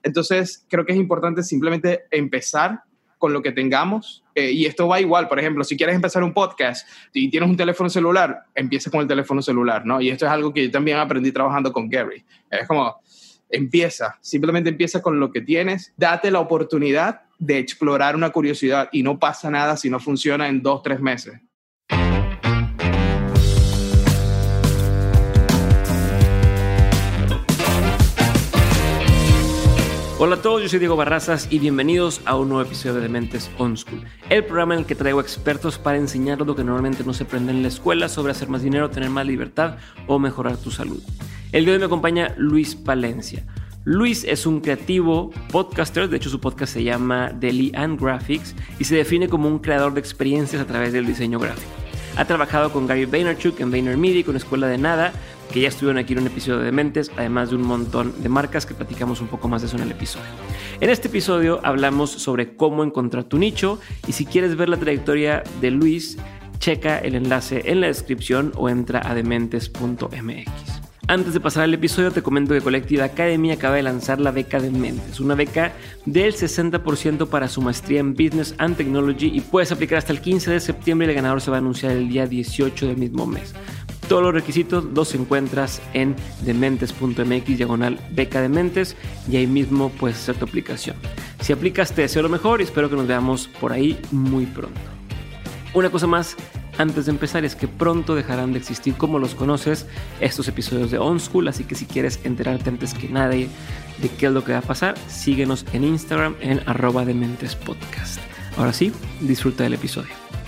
Entonces, creo que es importante simplemente empezar con lo que tengamos. Y esto va igual, por ejemplo, si quieres empezar un podcast y tienes un teléfono celular, empieza con el teléfono celular, ¿no? Y esto es algo que yo también aprendí trabajando con Gary. Es como, simplemente empieza con lo que tienes, date la oportunidad de explorar una curiosidad y no pasa nada si no funciona en 2-3 meses. Hola a todos, yo soy Diego Barrazas y bienvenidos a un nuevo episodio de Dementes On School, el programa en el que traigo expertos para enseñar lo que normalmente no se aprende en la escuela sobre hacer más dinero, tener más libertad o mejorar tu salud. El día de hoy me acompaña Luis Palencia. Luis es un creativo podcaster, de hecho su podcast se llama Daily and Graphics y se define como un creador de experiencias a través del diseño gráfico. Ha trabajado con Gary Vaynerchuk en VaynerMedia y con Escuela de Nada, que ya estuvieron aquí en un episodio de Dementes, además de un montón de marcas que platicamos un poco más de eso en el episodio. En este episodio hablamos sobre cómo encontrar tu nicho y si quieres ver la trayectoria de Luis, checa el enlace en la descripción o entra a dementes.mx. Antes de pasar al episodio, te comento que Collective Academy acaba de lanzar la beca Dementes, una beca del 60% para su maestría en Business and Technology y puedes aplicar hasta el 15 de septiembre y el ganador se va a anunciar el día 18 del mismo mes. Todos los requisitos los encuentras en dementes.mx/beca Dementes y ahí mismo puedes hacer tu aplicación. Si aplicas te deseo lo mejor y espero que nos veamos por ahí muy pronto. Una cosa más antes de empezar es que pronto dejarán de existir como los conoces estos episodios de On School, así que si quieres enterarte antes que nadie de qué es lo que va a pasar, síguenos en Instagram en @dementespodcast. Ahora sí, disfruta del episodio.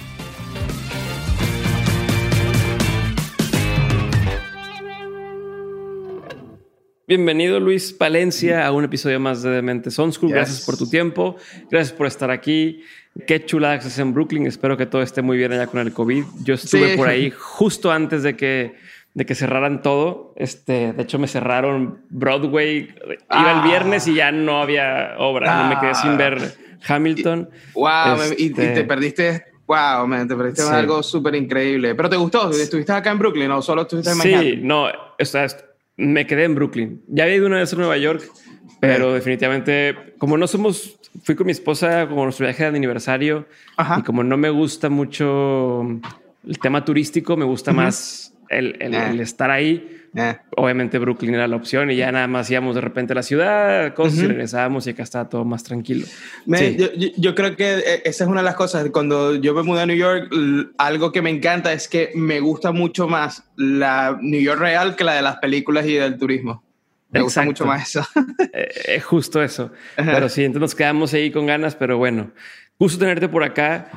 Bienvenido Luis Palencia a un episodio más de Dementes On School. Gracias por tu tiempo, gracias por estar aquí. Qué chulada que estás en Brooklyn. Espero que todo esté muy bien allá con el COVID. Yo estuve por ahí justo antes de que cerraran todo. De hecho, me cerraron Broadway. Iba el viernes y ya no había obra. Me quedé sin ver Hamilton. Y te perdiste. Wow, man, te perdiste algo súper increíble. ¿Pero te gustó? ¿Estuviste acá en Brooklyn o solo estuviste en Manhattan? Sí, no, me quedé en Brooklyn. Ya había ido una vez a Nueva York, pero definitivamente, como no somos... Fui con mi esposa como nuestro viaje de aniversario. Ajá. Y como no me gusta mucho el tema turístico, me gusta más el estar ahí. Obviamente Brooklyn era la opción y ya nada más íbamos de repente a la ciudad, cosas y regresábamos y acá estaba todo más tranquilo. Yo creo que esa es una de las cosas. Cuando yo me mudé a New York, algo que me encanta es que me gusta mucho más la New York real que la de las películas y del turismo. Me gusta mucho más eso. Justo eso. Ajá. Pero sí, entonces nos quedamos ahí con ganas, pero bueno, gusto tenerte por acá.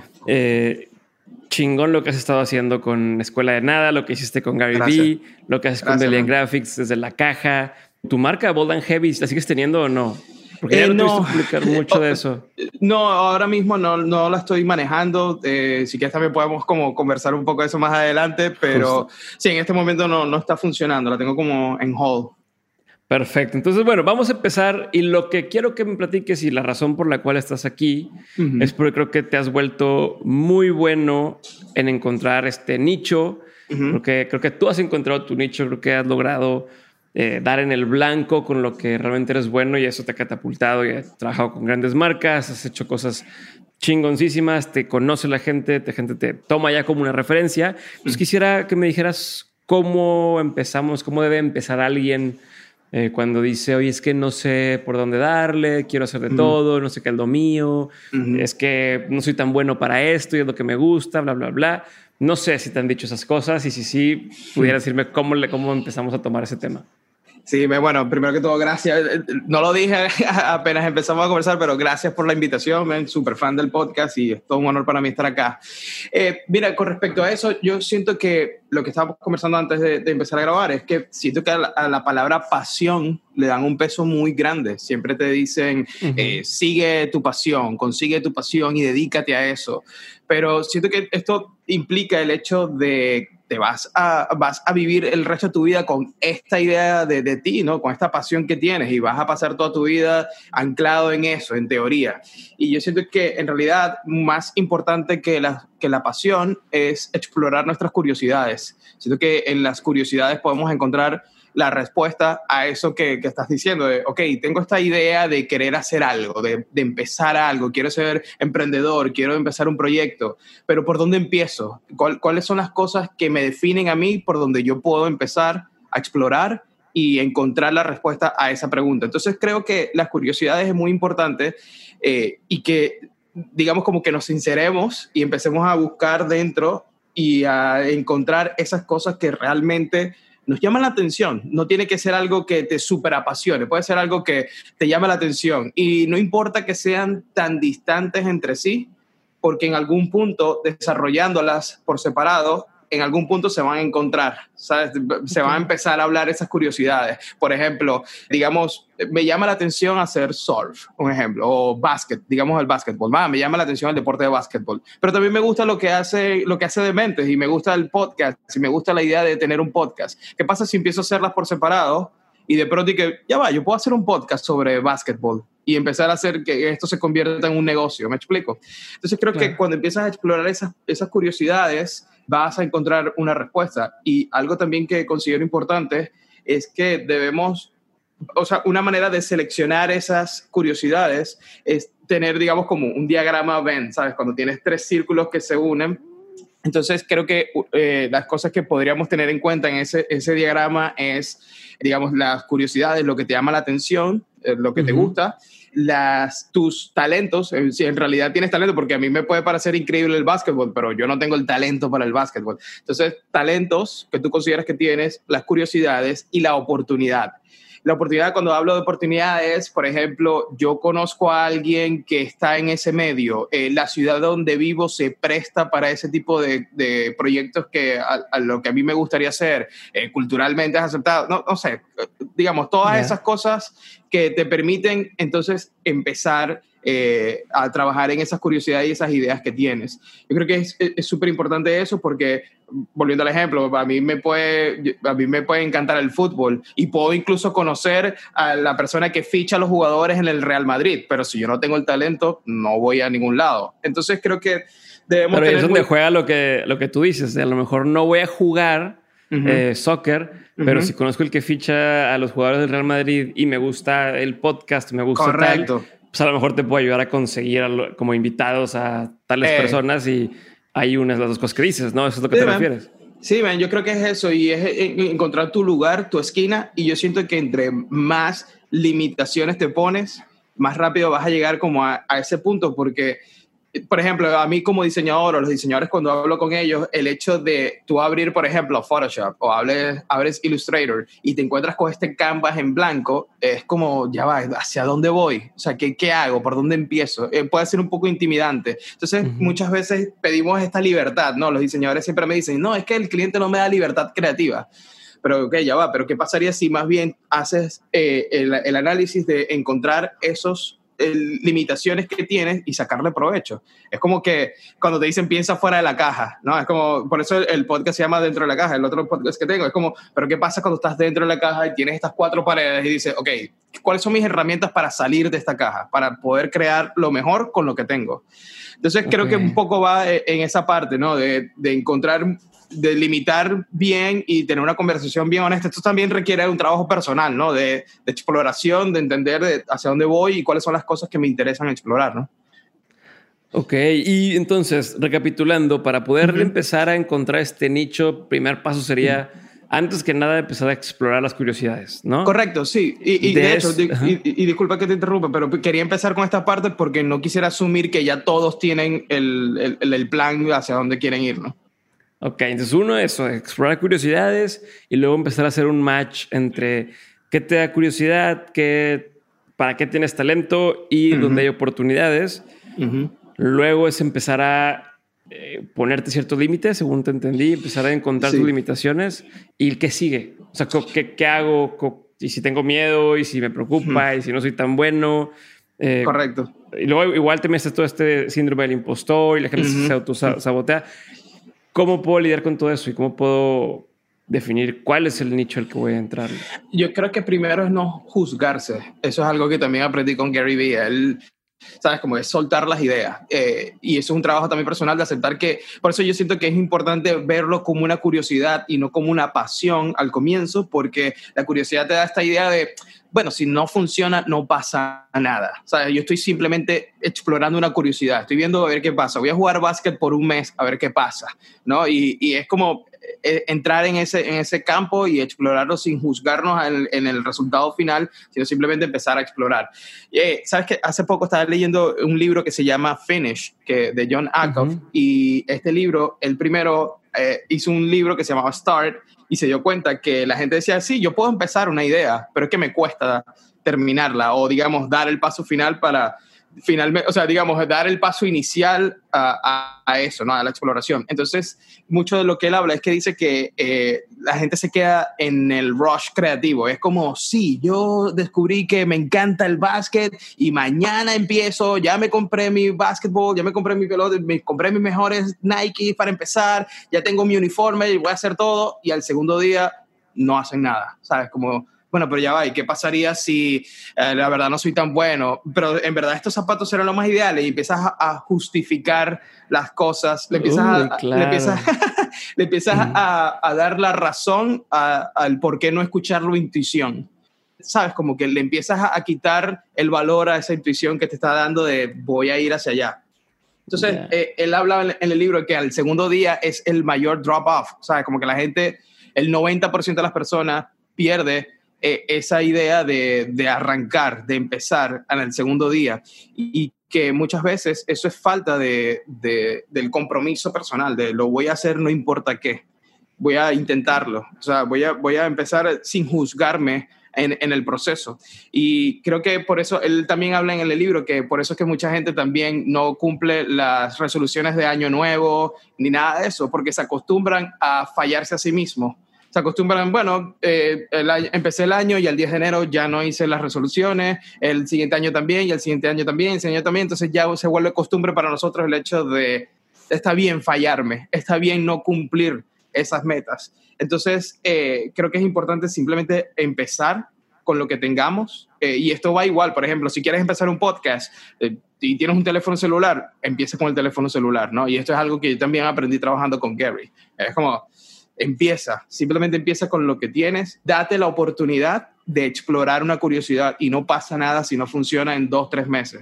Chingón lo que has estado haciendo con Escuela de Nada, lo que hiciste con Gary Vee, lo que haces con Daily and Graphics desde la caja. ¿Tu marca Bold and Heavy la sigues teniendo o no? Porque ya no tuviste publicar mucho de eso. No, ahora mismo no la estoy manejando. Si quieres también podemos como conversar un poco de eso más adelante, pero sí, en este momento no está funcionando. La tengo como en hold. Perfecto. Entonces, bueno, vamos a empezar y lo que quiero que me platiques y la razón por la cual estás aquí es porque creo que te has vuelto muy bueno en encontrar este nicho, porque creo que tú has encontrado tu nicho, creo que has logrado dar en el blanco con lo que realmente eres bueno y eso te ha catapultado y has trabajado con grandes marcas, has hecho cosas chingoncísimas, te conoce la gente te toma ya como una referencia. Pues quisiera que me dijeras cómo empezamos, cómo debe empezar alguien cuando dice, oye, es que no sé por dónde darle, quiero hacer de todo, no sé qué es lo mío, es que no soy tan bueno para esto y es lo que me gusta, bla, bla, bla. No sé si te han dicho esas cosas y si sí, pudieras decirme cómo empezamos a tomar ese tema. Sí, bueno, primero que todo, gracias. No lo dije apenas empezamos a conversar, pero gracias por la invitación, súper fan del podcast y es todo un honor para mí estar acá. Mira, con respecto a eso, yo siento que lo que estábamos conversando antes de empezar a grabar es que siento que a la palabra pasión le dan un peso muy grande. Siempre te dicen, sigue tu pasión, consigue tu pasión y dedícate a eso. Pero siento que esto implica el hecho de te vas a vivir el resto de tu vida con esta idea de ti, ¿no? Con esta pasión que tienes y vas a pasar toda tu vida anclado en eso, en teoría. Y yo siento que en realidad más importante que la pasión es explorar nuestras curiosidades. Siento que en las curiosidades podemos encontrar la respuesta a eso que estás diciendo. De, ok, tengo esta idea de querer hacer algo, de empezar algo, quiero ser emprendedor, quiero empezar un proyecto, pero ¿por dónde empiezo? ¿Cuáles son las cosas que me definen a mí por donde yo puedo empezar a explorar y encontrar la respuesta a esa pregunta? Entonces creo que las curiosidades es muy importante y que digamos como que nos sinceremos y empecemos a buscar dentro y a encontrar esas cosas que realmente nos llaman la atención. No tiene que ser algo que te súper apasione, puede ser algo que te llame la atención y no importa que sean tan distantes entre sí, porque en algún punto, desarrollándolas por separado, en algún punto se van a encontrar, ¿sabes? Se van a empezar a hablar esas curiosidades. Por ejemplo, digamos, me llama la atención hacer surf, un ejemplo, o básquet, digamos el básquetbol. Me llama la atención el deporte de básquetbol. Pero también me gusta lo que hace Dementes y me gusta el podcast y me gusta la idea de tener un podcast. ¿Qué pasa si empiezo a hacerlas por separado y de pronto yo puedo hacer un podcast sobre básquetbol y empezar a hacer que esto se convierta en un negocio? ¿Me explico? Entonces creo que cuando empiezas a explorar esas curiosidades, vas a encontrar una respuesta. Y algo también que considero importante es que debemos, o sea, una manera de seleccionar esas curiosidades es tener, digamos, como un diagrama Venn, ¿sabes? Cuando tienes 3 círculos que se unen. Entonces creo que las cosas que podríamos tener en cuenta en ese diagrama es, digamos, las curiosidades, lo que te llama la atención, lo que te gusta, tus talentos, si en realidad tienes talento, porque a mí me puede parecer increíble el básquetbol, pero yo no tengo el talento para el básquetbol. Entonces, talentos que tú consideras que tienes, las curiosidades y la oportunidad. La oportunidad, cuando hablo de oportunidades, por ejemplo, yo conozco a alguien que está en ese medio, la ciudad donde vivo se presta para ese tipo de proyectos que a lo que a mí me gustaría hacer, culturalmente es aceptado, no sé, digamos, todas esas cosas que te permiten entonces empezar a trabajar en esas curiosidades y esas ideas que tienes. Yo creo que es súper importante eso porque, volviendo al ejemplo, a mí me puede encantar el fútbol y puedo incluso conocer a la persona que ficha a los jugadores en el Real Madrid, pero si yo no tengo el talento, no voy a ningún lado. Entonces creo que debemos Pero tener... es donde juega lo que tú dices. A lo mejor no voy a jugar soccer, pero si conozco el que ficha a los jugadores del Real Madrid y me gusta el podcast, me gusta Correcto. tal, pues a lo mejor te puedo ayudar a conseguir como invitados a tales personas y hay unas de las dos cosas que dices, ¿no? Eso es lo que te refieres. Sí, man, yo creo que es eso y es encontrar tu lugar, tu esquina, y yo siento que entre más limitaciones te pones, más rápido vas a llegar como a ese punto, porque, por ejemplo, a mí como diseñador o los diseñadores cuando hablo con ellos, el hecho de tú abrir, por ejemplo, Photoshop o abres Illustrator y te encuentras con este canvas en blanco, es como, ya va, ¿hacia dónde voy? O sea, ¿qué hago? ¿Por dónde empiezo? Puede ser un poco intimidante. Entonces, muchas veces pedimos esta libertad, ¿no? Los diseñadores siempre me dicen, no, es que el cliente no me da libertad creativa. Pero, ok, ya va, pero ¿qué pasaría si más bien haces el análisis de encontrar esos limitaciones que tienes y sacarle provecho? Es como que cuando te dicen piensa fuera de la caja, ¿no? Es como, por eso el podcast se llama Dentro de la Caja, el otro podcast que tengo, es como, pero ¿qué pasa cuando estás dentro de la caja y tienes estas 4 paredes y dices, ok, ¿cuáles son mis herramientas para salir de esta caja? Para poder crear lo mejor con lo que tengo. Entonces creo que un poco va en esa parte, ¿no? De encontrar, de limitar bien y tener una conversación bien honesta. Esto también requiere un trabajo personal, ¿no? De exploración, de entender hacia dónde voy y cuáles son las cosas que me interesan explorar, ¿no? Ok, y entonces, recapitulando, para poder empezar a encontrar este nicho, primer paso sería, antes que nada, empezar a explorar las curiosidades, ¿no? Correcto, sí. Y de hecho, disculpa que te interrumpa, pero quería empezar con esta parte porque no quisiera asumir que ya todos tienen el plan hacia dónde quieren ir, ¿no? Ok, entonces uno, eso, explorar curiosidades y luego empezar a hacer un match entre qué te da curiosidad, para qué tienes talento y dónde hay oportunidades. Luego es empezar a ponerte ciertos límites, según te entendí, empezar a encontrar tus limitaciones y qué sigue. O sea, ¿qué hago? Y si tengo miedo, y si me preocupa, y si no soy tan bueno. Correcto. Y luego igual te metes todo este síndrome del impostor y la gente se autosabotea. ¿Cómo puedo lidiar con todo eso y cómo puedo definir cuál es el nicho al que voy a entrar? Yo creo que primero es no juzgarse. Eso es algo que también aprendí con Gary Vee. Él ¿sabes? Como es soltar las ideas. Y eso es un trabajo también personal de aceptar que, por eso yo siento que es importante verlo como una curiosidad y no como una pasión al comienzo, porque la curiosidad te da esta idea de, bueno, si no funciona, no pasa nada. O sea, yo estoy simplemente explorando una curiosidad, estoy viendo a ver qué pasa. Voy a jugar básquet por un mes a ver qué pasa, ¿no? Y es como entrar en ese campo y explorarlo sin juzgarnos en el resultado final, sino simplemente empezar a explorar. Sabes que hace poco estaba leyendo un libro que se llama Finish, de John Acuff, y este libro, el primero, hizo un libro que se llamaba Start, y se dio cuenta que la gente decía, sí, yo puedo empezar una idea, pero es que me cuesta terminarla, o digamos, dar el paso final para finalmente, o sea, digamos, dar el paso inicial a eso, ¿no? A la exploración. Entonces, mucho de lo que él habla es que dice que la gente se queda en el rush creativo. Es como, sí, yo descubrí que me encanta el básquet y mañana empiezo, ya me compré mi básquetbol, ya me compré mi pelota, me compré mis mejores Nike para empezar, ya tengo mi uniforme y voy a hacer todo, y al segundo día no hacen nada, ¿sabes? Como, bueno, pero ya va, ¿y qué pasaría si la verdad no soy tan bueno? Pero en verdad estos zapatos eran los más ideales, y empiezas a justificar las cosas, le empiezas a dar la razón al por qué no escuchar la intuición. ¿Sabes? Como que le empiezas a quitar el valor a esa intuición que te está dando de voy a ir hacia allá. Entonces, él habla en el libro que al segundo día es el mayor drop-off, ¿sabes? Como que la gente, el 90% de las personas pierde esa idea de arrancar, de empezar en el segundo día, y que muchas veces eso es falta del compromiso personal, de lo voy a hacer no importa qué, voy a intentarlo, o sea, voy a empezar sin juzgarme en el proceso. Y creo que por eso él también habla en el libro que por eso es que mucha gente también no cumple las resoluciones de año nuevo ni nada de eso, porque se acostumbran a fallarse a sí mismos. Se acostumbran, bueno, empecé el año y al 10 de enero ya no hice las resoluciones, el siguiente año también, y el siguiente año también, el siguiente año también, entonces ya se vuelve costumbre para nosotros el hecho de, está bien fallarme, está bien no cumplir esas metas. Entonces, creo que es importante simplemente empezar con lo que tengamos, y esto va igual, por ejemplo, si quieres empezar un podcast y tienes un teléfono celular, empieza con el teléfono celular, ¿no? Y esto es algo que yo también aprendí trabajando con Gary. Es como, simplemente empieza con lo que tienes, date la oportunidad de explorar una curiosidad y no pasa nada si no funciona en 2-3 meses.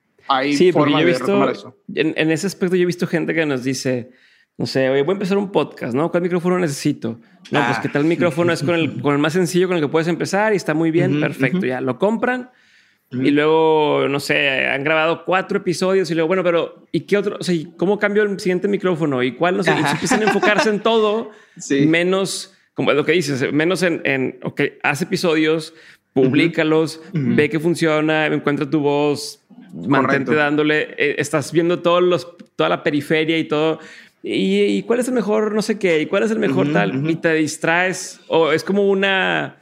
Sí, porque yo he visto, en ese aspecto yo he visto gente que nos dice, no sé, oye, voy a empezar un podcast, ¿no? ¿Cuál micrófono necesito? No, pues que tal micrófono es con el más sencillo con el que puedes empezar y está muy bien, perfecto, ya lo compran. Y luego, no sé, han grabado 4 episodios y luego, bueno, pero ¿y qué otro? O sea, ¿cómo cambio el siguiente micrófono? ¿Y cuál? No sé, y se empiezan a enfocarse en todo, menos, como lo que dices, menos ok, haz episodios, públicalos, ve que funciona, encuentra tu voz, mantente dándole, estás viendo toda la periferia y todo. ¿Y cuál es el mejor no sé qué? ¿Y cuál es el mejor tal? Y te distraes, o es como una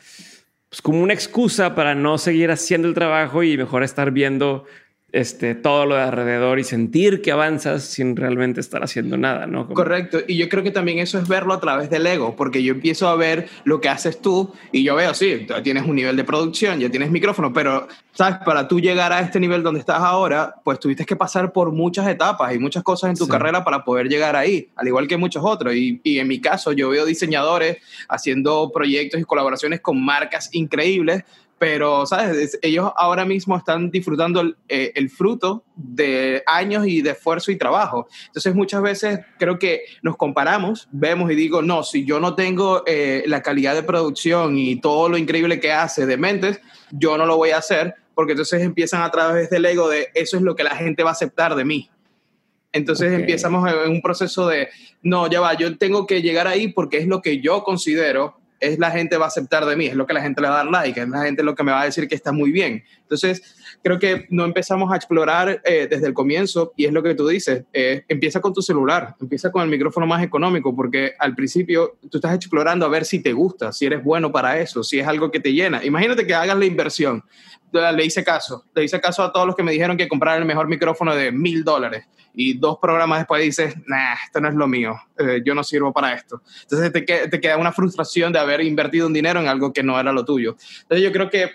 excusa para no seguir haciendo el trabajo y mejor estar viendo todo lo de alrededor y sentir que avanzas sin realmente estar haciendo nada, ¿no? Correcto. Y yo creo que también eso es verlo a través del ego, porque yo empiezo a ver lo que haces tú y yo veo, sí, tienes un nivel de producción, ya tienes micrófono, pero, ¿sabes? Para tú llegar a este nivel donde estás ahora, pues tuviste que pasar por muchas etapas y muchas cosas en tu carrera para poder llegar ahí, al igual que muchos otros. Y en mi caso, yo veo diseñadores haciendo proyectos y colaboraciones con marcas increíbles, pero, ¿sabes? Ellos ahora mismo están disfrutando el fruto de años y de esfuerzo y trabajo. Entonces, muchas veces creo que nos comparamos, vemos y digo, no, si yo no tengo la calidad de producción y todo lo increíble que hace Dementes, yo no lo voy a hacer, porque entonces empiezan a través del ego de eso es lo que la gente va a aceptar de mí. Entonces empezamos en un proceso de, no, ya va, yo tengo que llegar ahí porque es lo que yo considero es la gente va a aceptar de mí, es lo que la gente le va a dar like, es la gente lo que me va a decir que está muy bien. Entonces, creo que no empezamos a explorar desde el comienzo, y es lo que tú dices, empieza con tu celular, empieza con el micrófono más económico, porque al principio tú estás explorando a ver si te gusta, si eres bueno para eso, si es algo que te llena. Imagínate que hagas la inversión. Le hice caso a todos los que me dijeron que comprar el mejor micrófono de $1,000, y 2 programas después dices, nah, esto no es lo mío, yo no sirvo para esto. Entonces te queda una frustración de haber invertido un dinero en algo que no era lo tuyo. Entonces yo creo que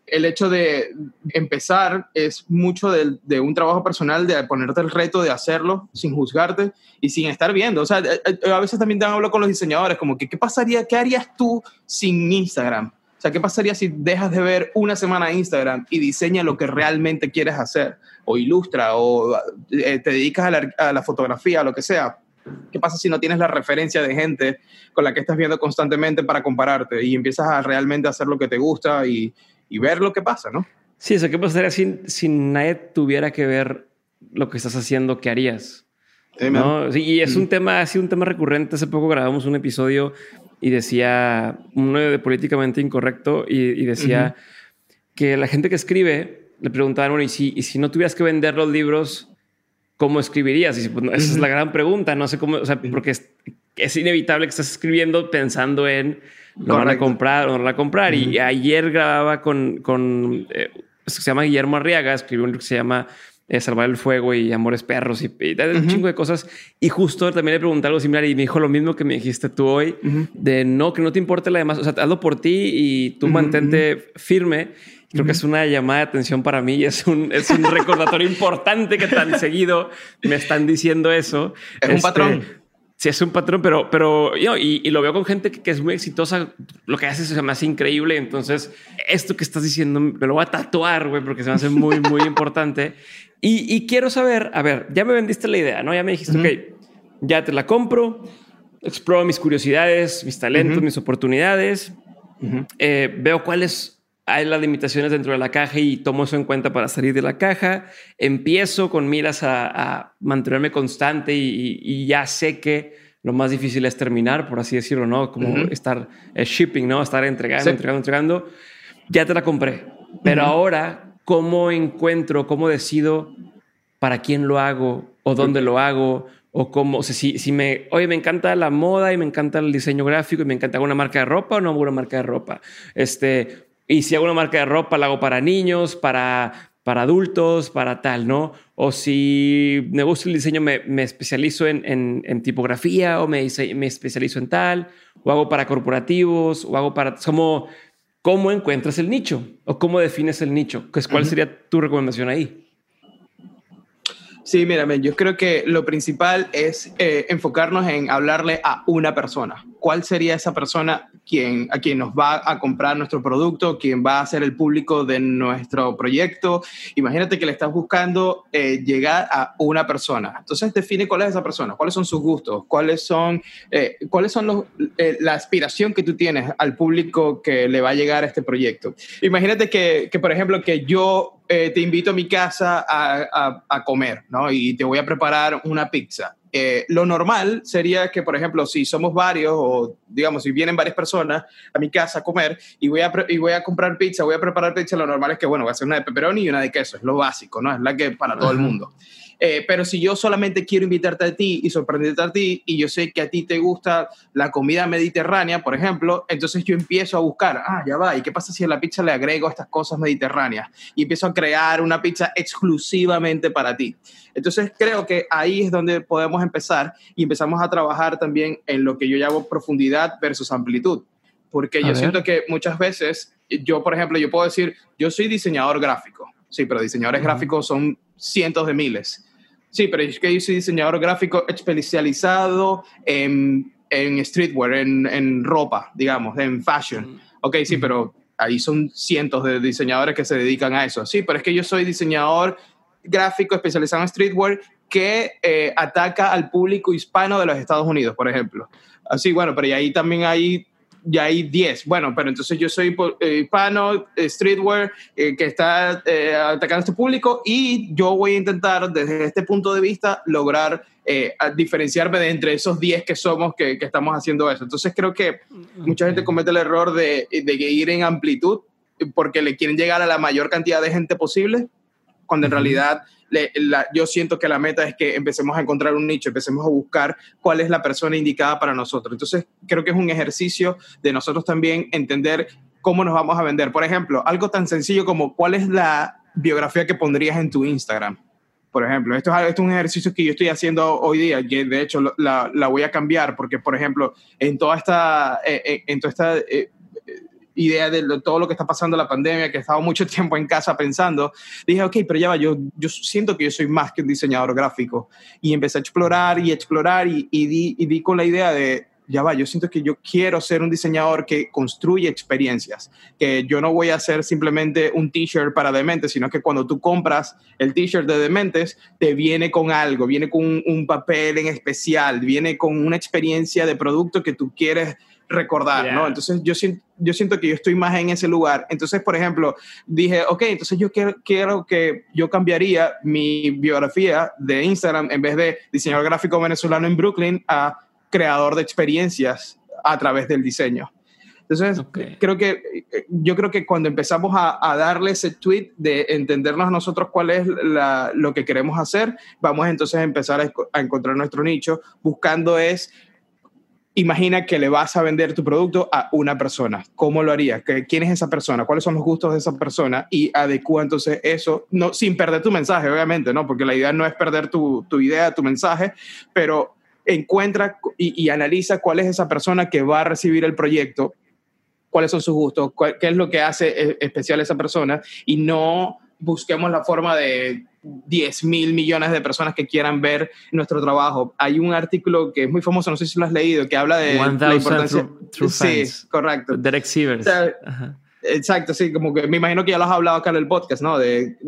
el hecho de empezar es mucho de un trabajo personal, de ponerte el reto de hacerlo sin juzgarte y sin estar viendo. O sea, a veces también hablo con los diseñadores, como que, ¿qué harías tú sin Instagram? O sea, ¿qué pasaría si dejas de ver una semana Instagram y diseña lo que realmente quieres hacer? O ilustra, o te dedicas a la fotografía, a lo que sea. ¿Qué pasa si no tienes la referencia de gente con la que estás viendo constantemente para compararte y empiezas a realmente hacer lo que te gusta y ver lo que pasa, ¿no? Sí, eso, ¿qué pasaría si nadie tuviera que ver lo que estás haciendo? ¿Qué harías? ¿No? Sí, y es un tema, ha sido un tema recurrente. Hace poco grabamos un episodio y decía, uno de políticamente incorrecto, y decía que la gente que escribe le preguntaban, bueno, y si no tuvieras que vender los libros, ¿cómo escribirías? Y pues, no, esa es la gran pregunta. No sé cómo, o sea, porque es inevitable que estás escribiendo pensando en lo van a comprar o no lo van a comprar. Y ayer grababa con se llama Guillermo Arriaga, escribió un libro que se llama Salvar el Fuego y Amores Perros y un chingo de cosas. Y justo también le pregunté algo similar y me dijo lo mismo que me dijiste tú hoy, de no, que no te importe la demás. O sea, hazlo por ti y tú mantente firme. Creo que es una llamada de atención para mí y es un recordatorio importante que tan seguido me están diciendo eso. Es un patrón. Sí, es un patrón, pero y lo veo con gente que es muy exitosa. Lo que haces se me hace increíble. Entonces, esto que estás diciendo me lo voy a tatuar, güey, porque se me hace muy, muy importante. Y quiero saber, a ver, ya me vendiste la idea, ¿no? Ya me dijiste, ok, ya te la compro, exploro mis curiosidades, mis talentos, mis oportunidades, veo cuáles hay las limitaciones dentro de la caja y tomo eso en cuenta para salir de la caja. Empiezo con miras a mantenerme constante y ya sé que lo más difícil es terminar, por así decirlo, ¿no? Como estar shipping, ¿no? Estar entregando. Ya te la compré. Pero ahora, ¿cómo encuentro, cómo decido para quién lo hago o dónde lo hago? O cómo, o sea, me encanta la moda y me encanta el diseño gráfico y me encanta una marca de ropa o no hago una marca de ropa. Y si hago una marca de ropa, la hago para niños, para adultos, para tal, ¿no? O si me gusta el diseño, me especializo en tipografía o me especializo en tal, o hago para corporativos, o hago para... ¿Cómo encuentras el nicho? ¿O cómo defines el nicho? ¿Cuál sería tu recomendación ahí? Sí, mírame, yo creo que lo principal es enfocarnos en hablarle a una persona. ¿Cuál sería esa persona a quien nos va a comprar nuestro producto, quien va a ser el público de nuestro proyecto? Imagínate que le estás buscando llegar a una persona. Entonces define cuál es esa persona, cuáles son sus gustos, cuáles son la aspiración que tú tienes al público que le va a llegar a este proyecto. Imagínate que por ejemplo, que yo te invito a mi casa a comer, ¿no? Y te voy a preparar una pizza. Lo normal sería que, por ejemplo, si somos varios o, digamos, si vienen varias personas a mi casa a comer y voy a comprar pizza, voy a preparar pizza, lo normal es que, bueno, voy a hacer una de pepperoni y una de queso. Es lo básico, ¿no? Es la que para todo el mundo. Pero si yo solamente quiero invitarte a ti y sorprenderte a ti y yo sé que a ti te gusta la comida mediterránea, por ejemplo, entonces yo empiezo a buscar, ya va, ¿y qué pasa si a la pizza le agrego estas cosas mediterráneas? Y empiezo a crear una pizza exclusivamente para ti. Entonces creo que ahí es donde podemos empezar y empezamos a trabajar también en lo que yo llamo profundidad versus amplitud. Porque yo siento que muchas veces, yo por ejemplo, yo puedo decir, yo soy diseñador gráfico. Sí, pero diseñadores gráficos son cientos de miles. Sí, pero es que yo soy diseñador gráfico especializado en streetwear, en ropa, digamos, en fashion. Ok, sí, pero ahí son cientos de diseñadores que se dedican a eso. Sí, pero es que yo soy diseñador gráfico especializado en streetwear que ataca al público hispano de los Estados Unidos, por ejemplo. Así, bueno, pero ahí también hay 10. Bueno, pero entonces yo soy hispano, streetwear, que está atacando a este público y yo voy a intentar desde este punto de vista lograr diferenciarme de entre esos 10 que somos que estamos haciendo eso. Entonces creo que mucha gente comete el error de ir en amplitud porque le quieren llegar a la mayor cantidad de gente posible, cuando en realidad yo siento que la meta es que empecemos a encontrar un nicho, empecemos a buscar cuál es la persona indicada para nosotros. Entonces, creo que es un ejercicio de nosotros también entender cómo nos vamos a vender. Por ejemplo, algo tan sencillo como cuál es la biografía que pondrías en tu Instagram. Por ejemplo, esto es un ejercicio que yo estoy haciendo hoy día, que de hecho la voy a cambiar porque, por ejemplo, en toda esta idea de todo lo que está pasando en la pandemia, que he estado mucho tiempo en casa pensando, dije, ok, pero ya va, yo siento que yo soy más que un diseñador gráfico. Y empecé a explorar y di con la idea de, ya va, yo siento que yo quiero ser un diseñador que construye experiencias, que yo no voy a hacer simplemente un t-shirt para dementes, sino que cuando tú compras el t-shirt de dementes, te viene con algo, viene con un papel en especial, viene con una experiencia de producto que tú quieres recordar, ¿no? Entonces yo siento que yo estoy más en ese lugar. Entonces, por ejemplo, dije, ok, entonces yo quiero que yo cambiaría mi biografía de Instagram en vez de diseñador gráfico venezolano en Brooklyn a creador de experiencias a través del diseño. Entonces, yo creo que cuando empezamos a darle ese tweet de entendernos a nosotros cuál es lo que queremos hacer, vamos entonces a empezar a encontrar nuestro nicho, buscando imagina que le vas a vender tu producto a una persona. ¿Cómo lo harías? ¿Quién es esa persona? ¿Cuáles son los gustos de esa persona? Y adecua entonces eso, no, sin perder tu mensaje, obviamente, ¿no? Porque la idea no es perder tu idea, tu mensaje, pero encuentra y analiza cuál es esa persona que va a recibir el proyecto, cuáles son sus gustos, qué es lo que hace especial a esa persona, y no busquemos la forma de 10,000 millones de personas que quieran ver nuestro trabajo. Hay un artículo que es muy famoso, no sé si lo has leído, que habla de la importancia... True fans. Sí, correcto. Derek Sivers. O sea, exacto, sí, como que me imagino que ya lo has hablado acá en el podcast, ¿no?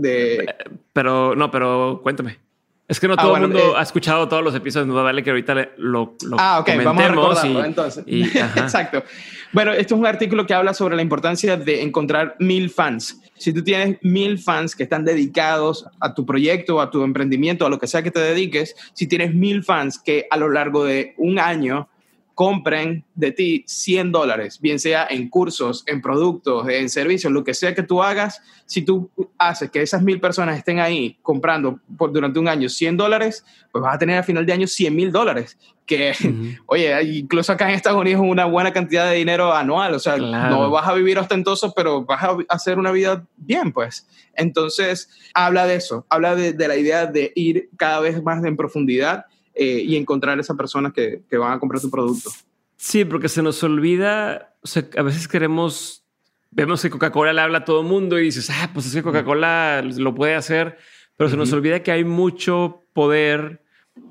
Pero cuéntame. Es que no todo el mundo ha escuchado todos los episodios. No vale que ahorita lo comentemos. Vamos a recordarlo entonces. Exacto. Bueno, esto es un artículo que habla sobre la importancia de encontrar 1,000 fans. Si tú tienes 1,000 fans que están dedicados a tu proyecto, a tu emprendimiento, a lo que sea que te dediques, si tienes 1,000 fans que a lo largo de un año compren de ti $100, bien sea en cursos, en productos, en servicios, lo que sea que tú hagas, si tú haces que esas 1,000 personas estén ahí comprando durante un año $100, pues vas a tener a final de año $100,000, que, oye, incluso acá en Estados Unidos es una buena cantidad de dinero anual, o sea, no vas a vivir ostentoso, pero vas a hacer una vida bien, pues. Entonces, habla de eso, habla de la idea de ir cada vez más en profundidad y encontrar esas personas que van a comprar tu producto. Sí, porque se nos olvida, o sea, a veces vemos que Coca-Cola le habla a todo el mundo y dices, pues es que Coca-Cola lo puede hacer, pero se nos olvida que hay mucho poder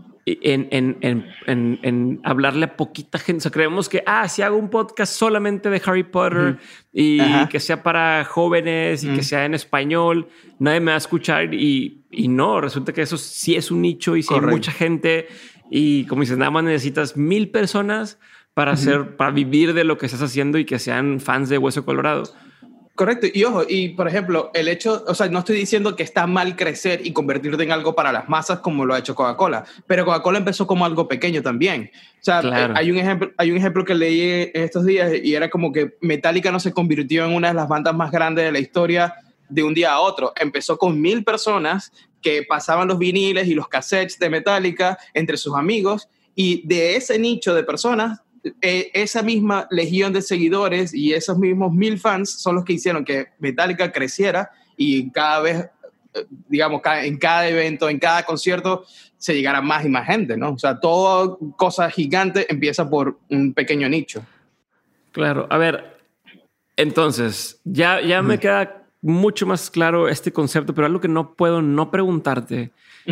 en hablarle a poquita gente. O sea, creemos que, si hago un podcast solamente de Harry Potter y que sea para jóvenes y que sea en español, nadie me va a escuchar y no, resulta que eso sí es un nicho y sí hay mucha gente y como dices, nada más necesitas 1,000 personas para para vivir de lo que estás haciendo y que sean fans de Hueso Colorado. Correcto. Y ojo, y por ejemplo, el hecho, o sea, no estoy diciendo que está mal crecer y convertirte en algo para las masas como lo ha hecho Coca-Cola, pero Coca-Cola empezó como algo pequeño también. O sea, hay un ejemplo que leí en estos días y era como que Metallica no se convirtió en una de las bandas más grandes de la historia de un día a otro. Empezó con 1,000 personas que pasaban los viniles y los cassettes de Metallica entre sus amigos, y de ese nicho de personas, esa misma legión de seguidores y esos mismos 1,000 fans son los que hicieron que Metallica creciera y cada vez, digamos, en cada evento, en cada concierto, se llegara más y más gente, ¿no? O sea, toda cosa gigante empieza por un pequeño nicho. Claro. A ver, entonces, ya me queda mucho más claro este concepto, pero algo que no puedo no preguntarte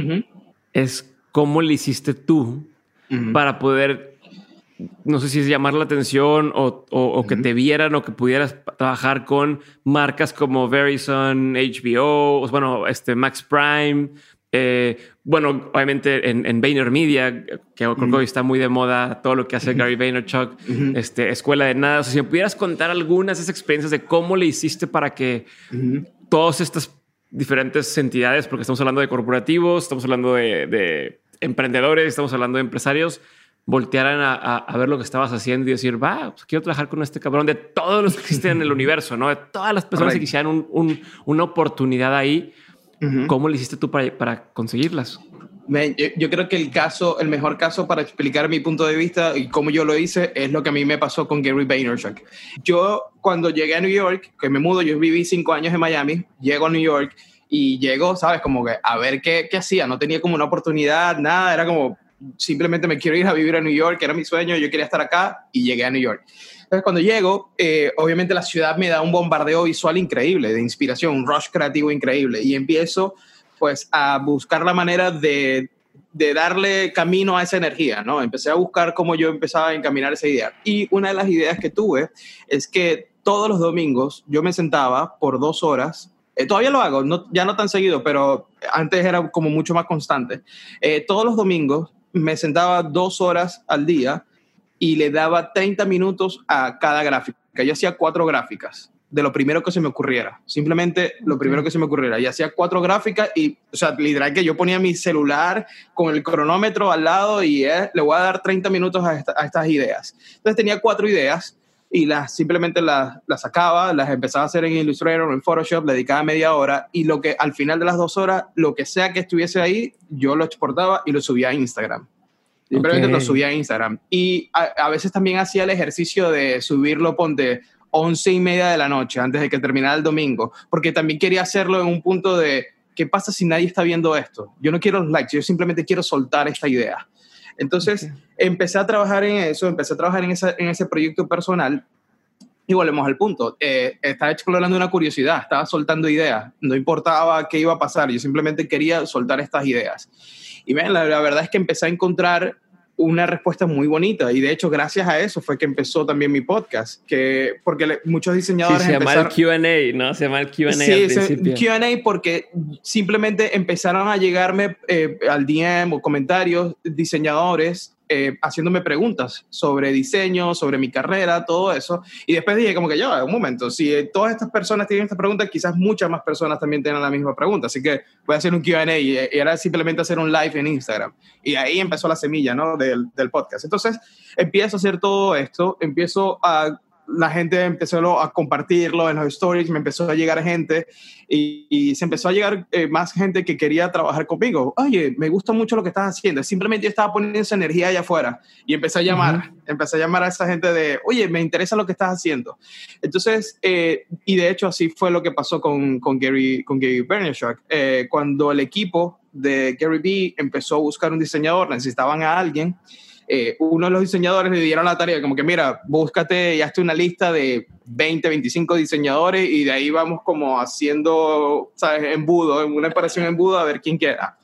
es cómo le hiciste tú para poder, no sé si es llamar la atención o que te vieran o que pudieras trabajar con marcas como Verizon, HBO, bueno, Max Prime, bueno, obviamente en VaynerMedia, que creo que hoy está muy de moda todo lo que hace Gary Vaynerchuk, Escuela de Nada. O sea, si me pudieras contar algunas de esas experiencias de cómo le hiciste para que todas estas diferentes entidades, porque estamos hablando de corporativos, estamos hablando de emprendedores, estamos hablando de empresarios, voltearan a ver lo que estabas haciendo y decir, pues quiero trabajar con este cabrón, de todos los que existen en el universo, ¿no? De todas las personas que quisieran una oportunidad ahí. ¿Cómo le hiciste tú para conseguirlas? Yo creo que el mejor caso para explicar mi punto de vista y cómo yo lo hice es lo que a mí me pasó con Gary Vaynerchuk. Yo, cuando llegué a New York, que me mudo, yo viví 5 años en Miami, llego a New York y llego, ¿sabes? Como que a ver qué hacía. No tenía como una oportunidad, nada. Era como, simplemente me quiero ir a vivir a New York, era mi sueño, yo quería estar acá y llegué a New York. Entonces, cuando llego, obviamente la ciudad me da un bombardeo visual increíble, de inspiración, un rush creativo increíble, y empiezo pues a buscar la manera de darle camino a esa energía, ¿no? Empecé a buscar cómo yo empezaba a encaminar esa idea. Y una de las ideas que tuve es que todos los domingos yo me sentaba por 2 horas. Todavía lo hago, ya no tan seguido, pero antes era como mucho más constante. Todos los domingos me sentaba 2 horas al día y le daba 30 minutos a cada gráfica. Yo hacía 4 gráficas de lo primero que se me ocurriera. Simplemente lo primero que se me ocurriera. Y hacía 4 gráficas y, o sea, literal que yo ponía mi celular con el cronómetro al lado y le voy a dar 30 minutos a estas ideas. Entonces tenía 4 ideas y simplemente las sacaba, las empezaba a hacer en Illustrator o en Photoshop, le dedicaba media hora y al final de las 2 horas, lo que sea que estuviese ahí, yo lo exportaba y lo subía a Instagram. Simplemente lo subía a Instagram. Y a veces también hacía el ejercicio de subirlo, ponte 11:30 de la noche, antes de que terminara el domingo, porque también quería hacerlo en un punto de, ¿qué pasa si nadie está viendo esto? Yo no quiero los likes, yo simplemente quiero soltar esta idea. Entonces, empecé a trabajar en eso, empecé a trabajar en ese proyecto personal y volvemos al punto. Estaba explorando una curiosidad, estaba soltando ideas, no importaba qué iba a pasar, yo simplemente quería soltar estas ideas. Y la verdad es que empecé a encontrar una respuesta muy bonita y de hecho gracias a eso fue que empezó también mi podcast, porque muchos diseñadores se llama el Q&A, ¿no? Se llama el Q&A al principio. Q&A porque simplemente empezaron a llegarme al DM o comentarios diseñadores haciéndome preguntas sobre diseño, sobre mi carrera, todo eso. Y después dije como que ya, un momento, si todas estas personas tienen esta pregunta, quizás muchas más personas también tengan la misma pregunta. Así que voy a hacer un Q&A y era simplemente hacer un live en Instagram. Y ahí empezó la semilla, ¿no? del podcast. Entonces empiezo a hacer todo esto, la gente empezó a compartirlo en los stories, me empezó a llegar gente y se empezó a llegar más gente que quería trabajar conmigo. Oye, me gusta mucho lo que estás haciendo. Simplemente yo estaba poniendo esa energía allá afuera y empecé a llamar a esa gente de, oye, me interesa lo que estás haciendo. Entonces, y de hecho así fue lo que pasó con Gary Vaynerchuk. Cuando el equipo de Gary Vee empezó a buscar un diseñador, necesitaban a alguien. Uno de los diseñadores le dieron la tarea como que mira, búscate y hazte una lista de 20, 25 diseñadores y de ahí vamos como haciendo, ¿sabes? Una operación embudo a ver quién queda.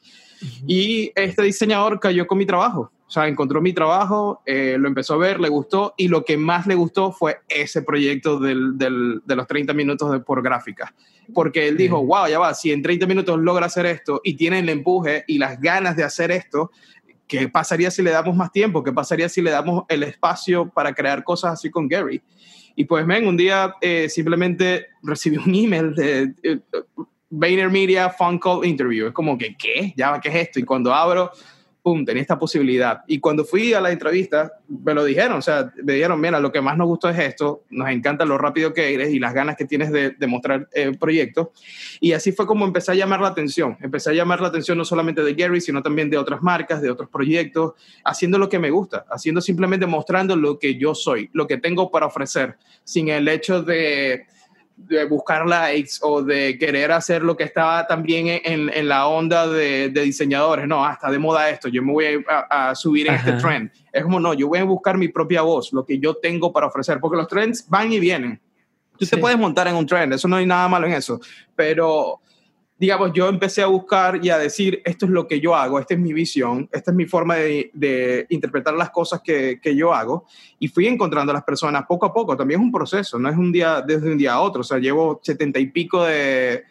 Y este diseñador cayó con mi trabajo, o sea, encontró mi trabajo, lo empezó a ver, le gustó y lo que más le gustó fue ese proyecto de los 30 minutos por gráfica. Porque él dijo, wow, ya va, si en 30 minutos logra hacer esto y tiene el empuje y las ganas de hacer esto, ¿qué pasaría si le damos más tiempo? ¿Qué pasaría si le damos el espacio para crear cosas así con Gary? Y pues, un día simplemente recibí un email de VaynerMedia Phone Call Interview. Es como que, ¿qué? ¿Ya qué es esto? Y cuando abro, pum, tenía esta posibilidad. Y cuando fui a la entrevista, me lo dijeron. O sea, me dijeron, mira, lo que más nos gustó es esto. Nos encanta lo rápido que eres y las ganas que tienes de mostrar el proyecto. Y así fue como empecé a llamar la atención. Empecé a llamar la atención no solamente de Gary, sino también de otras marcas, de otros proyectos, haciendo lo que me gusta, haciendo simplemente mostrando lo que yo soy, lo que tengo para ofrecer, sin el hecho de buscar likes o de querer hacer lo que estaba también en la onda de diseñadores. No, está de moda esto, yo me voy a subir en este trend. Es como, no, yo voy a buscar mi propia voz, lo que yo tengo para ofrecer, porque los trends van y vienen. Tú te puedes montar en un trend, eso no hay nada malo en eso, pero digamos, yo empecé a buscar y a decir, esto es lo que yo hago, esta es mi visión, esta es mi forma de interpretar las cosas que yo hago, y fui encontrando a las personas poco a poco. También es un proceso, no es desde un día a otro. O sea, llevo 70 y pico de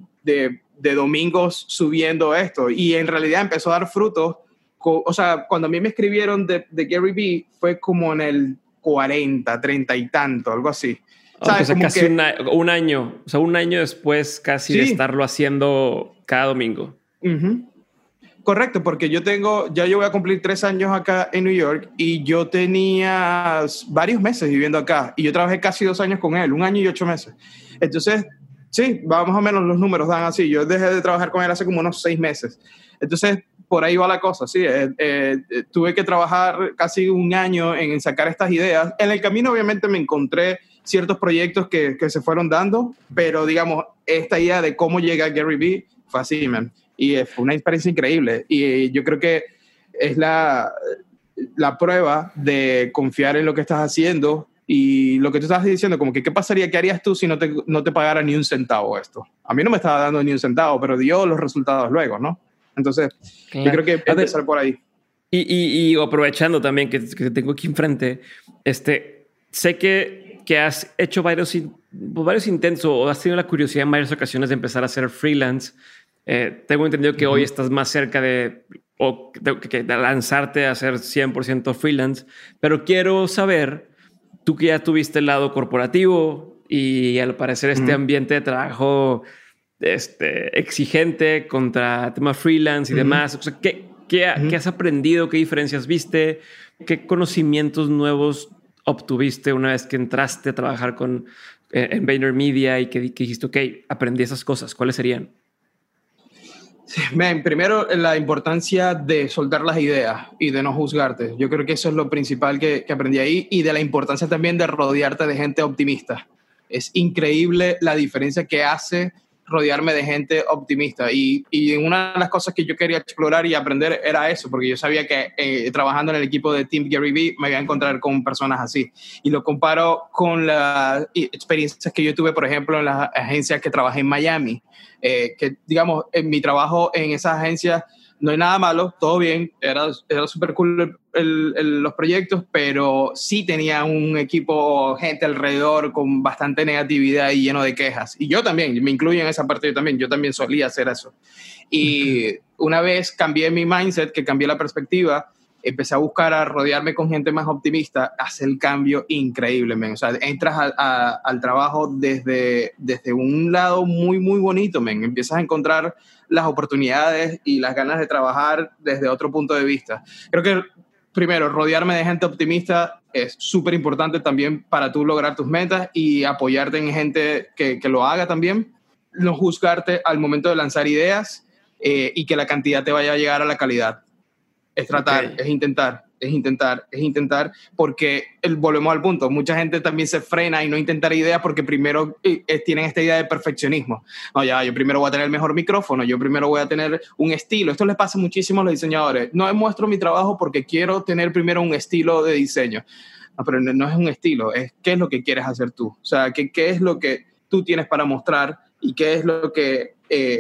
domingos subiendo esto, y en realidad empezó a dar frutos. O sea, cuando a mí me escribieron de Gary Vee, fue como en el 40, 30 y tanto, algo así. O sea, casi un año. O sea, un año después casi de estarlo haciendo cada domingo. Correcto, porque yo voy a cumplir 3 años acá en New York y yo tenía varios meses viviendo acá y yo trabajé casi 2 años con él, 1 año y 8 meses. Entonces, sí, más o menos los números dan así. Yo dejé de trabajar con él hace como unos 6 meses. Entonces, por ahí va la cosa, sí. Tuve que trabajar casi 1 año en sacar estas ideas. En el camino, obviamente, me encontré ciertos proyectos que se fueron dando, pero, digamos, esta idea de cómo llega Gary Vee fue así, man. Y fue una experiencia increíble. Y yo creo que es la prueba de confiar en lo que estás haciendo. Y lo que tú estabas diciendo, como que qué pasaría, qué harías tú si no te pagara ni un centavo esto. A mí no me estaba dando ni un centavo, pero dio los resultados luego, ¿no? Entonces, claro, yo creo que empezar por ahí. Y aprovechando también que tengo aquí enfrente, sé que has hecho varios intentos o has tenido la curiosidad en varias ocasiones de empezar a hacer freelance. Tengo entendido que hoy estás más cerca de lanzarte a hacer 100% freelance, pero quiero saber, tú que ya tuviste el lado corporativo y al parecer ambiente de trabajo exigente contra temas freelance y demás, o sea, ¿qué has aprendido? ¿Qué diferencias viste? ¿Qué conocimientos nuevos obtuviste una vez que entraste a trabajar en VaynerMedia y que dijiste, ok, aprendí esas cosas? ¿Cuáles serían? Primero, la importancia de soltar las ideas y de no juzgarte. Yo creo que eso es lo principal que aprendí ahí, y de la importancia también de rodearte de gente optimista. Es increíble la diferencia que hace rodearme de gente optimista. Y una de las cosas que yo quería explorar y aprender era eso, porque yo sabía que trabajando en el equipo de Team Gary Vee me iba a encontrar con personas así. Y lo comparo con las experiencias que yo tuve, por ejemplo, en las agencias que trabajé en Miami. Que digamos, en mi trabajo en esas agencias no hay nada malo, todo bien, era súper cool los proyectos, pero sí tenía un equipo, gente alrededor con bastante negatividad y lleno de quejas. Y yo también, me incluyo en esa parte, yo también solía hacer eso. Y una vez cambié mi mindset, que cambié la perspectiva, empecé a buscar a rodearme con gente más optimista, hace el cambio increíble, man. O sea, entras al trabajo desde un lado muy, muy bonito, man. Empiezas a encontrar las oportunidades y las ganas de trabajar desde otro punto de vista. Creo que, primero, rodearme de gente optimista es súper importante también para tú lograr tus metas y apoyarte en gente que lo haga también. No juzgarte al momento de lanzar ideas y que la cantidad te vaya a llegar a la calidad. Es tratar, es intentar, porque volvemos al punto. Mucha gente también se frena y no intentar ideas porque primero tienen esta idea de perfeccionismo. No, yo primero voy a tener el mejor micrófono, yo primero voy a tener un estilo. Esto les pasa muchísimo a los diseñadores. No muestro mi trabajo porque quiero tener primero un estilo de diseño. No, pero no es un estilo, es qué es lo que quieres hacer tú. O sea, qué es lo que tú tienes para mostrar y qué es lo que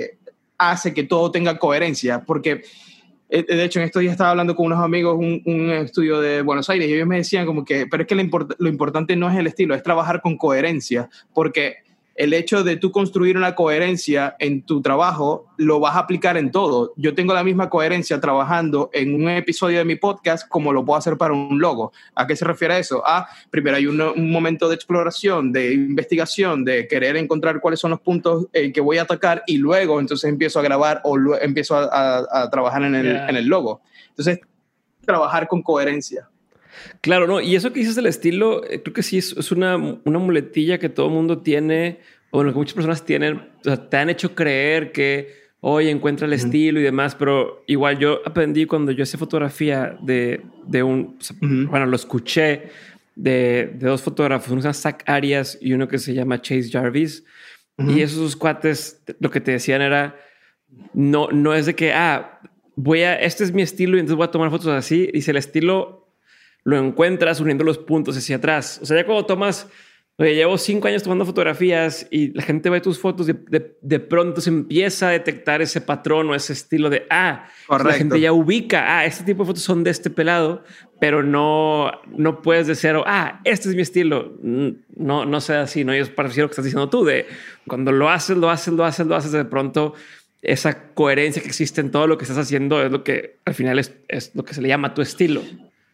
hace que todo tenga coherencia. Porque de hecho, en estos días estaba hablando con unos amigos, un estudio de Buenos Aires, y ellos me decían como que, pero es que lo importante no es el estilo, es trabajar con coherencia, porque el hecho de tú construir una coherencia en tu trabajo, lo vas a aplicar en todo. Yo tengo la misma coherencia trabajando en un episodio de mi podcast como lo puedo hacer para un logo. ¿A qué se refiere eso? Primero hay un momento de exploración, de investigación, de querer encontrar cuáles son los puntos que voy a atacar, y luego entonces empiezo a grabar o empiezo a trabajar en el logo. Entonces, trabajar con coherencia. Claro, no, y eso que dices del estilo, creo que sí es una muletilla que todo el mundo tiene, o bueno, que muchas personas tienen. O sea, te han hecho creer que hoy encuentra el estilo y demás, pero igual yo aprendí cuando yo hacía fotografía de bueno, lo escuché de dos fotógrafos, uno se llama Zach Arias y uno que se llama Chase Jarvis, y esos cuates lo que te decían era, no es de que, este es mi estilo y entonces voy a tomar fotos así. Dice, el estilo lo encuentras uniendo los puntos hacia atrás. O sea, ya cuando tomas, llevo 5 años tomando fotografías y la gente ve tus fotos, de pronto se empieza a detectar ese patrón o ese estilo de, la gente ya ubica, este tipo de fotos son de este pelado, pero no puedes decir, este es mi estilo. No sea así, ¿no? Y es parecido a lo que estás diciendo tú, de cuando lo haces, de pronto esa coherencia que existe en todo lo que estás haciendo es lo que al final es lo que se le llama tu estilo.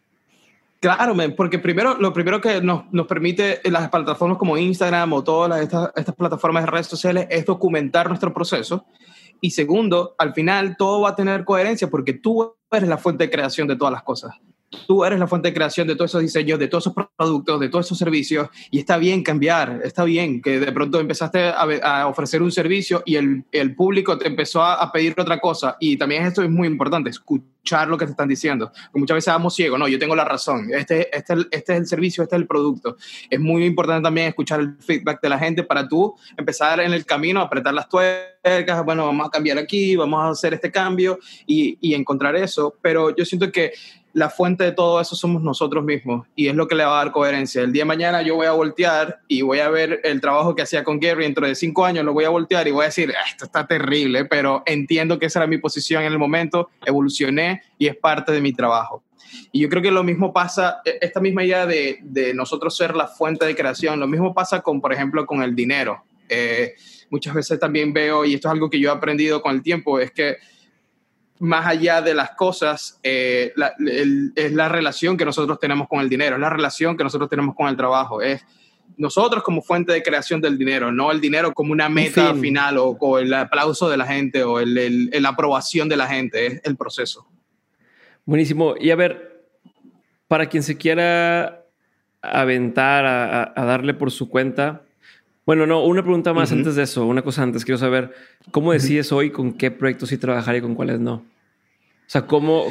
Claro, porque lo primero que nos permite las plataformas como Instagram o todas estas plataformas de redes sociales es documentar nuestro proceso. Y segundo, al final todo va a tener coherencia porque tú eres la fuente de creación de todas las cosas. tú eres la fuente de creación de todos esos diseños, de todos esos productos, de todos esos servicios, y está bien cambiar, está bien que de pronto empezaste a ofrecer un servicio y el público te empezó a pedir otra cosa, y también esto es muy importante, escuchar lo que te están diciendo, porque muchas veces vamos ciegos, no, yo tengo la razón, este es el servicio, este es el producto. Es muy importante también escuchar el feedback de la gente para tú empezar en el camino, apretar las tuercas, bueno, vamos a cambiar aquí, vamos a hacer este cambio y encontrar eso, pero yo siento que la fuente de todo eso somos nosotros mismos y es lo que le va a dar coherencia. El día de mañana yo voy a voltear y voy a ver el trabajo que hacía con Gary dentro de 5 años, lo voy a voltear y voy a decir, esto está terrible, pero entiendo que esa era mi posición en el momento, evolucioné y es parte de mi trabajo. Y yo creo que lo mismo pasa, esta misma idea de nosotros ser la fuente de creación, lo mismo pasa con, por ejemplo, con el dinero. Muchas veces también veo, y esto es algo que yo he aprendido con el tiempo, es que más allá de las cosas, es la relación que nosotros tenemos con el dinero, es la relación que nosotros tenemos con el trabajo, es nosotros como fuente de creación del dinero, no el dinero como una meta final o el aplauso de la gente o la aprobación de la gente, es el proceso. Buenísimo. Y a ver, para quien se quiera aventar a darle por su cuenta, bueno, no, una pregunta más antes de eso, una cosa antes. Quiero saber, ¿cómo decides hoy con qué proyectos sí trabajar y con cuáles no? O sea, ¿cómo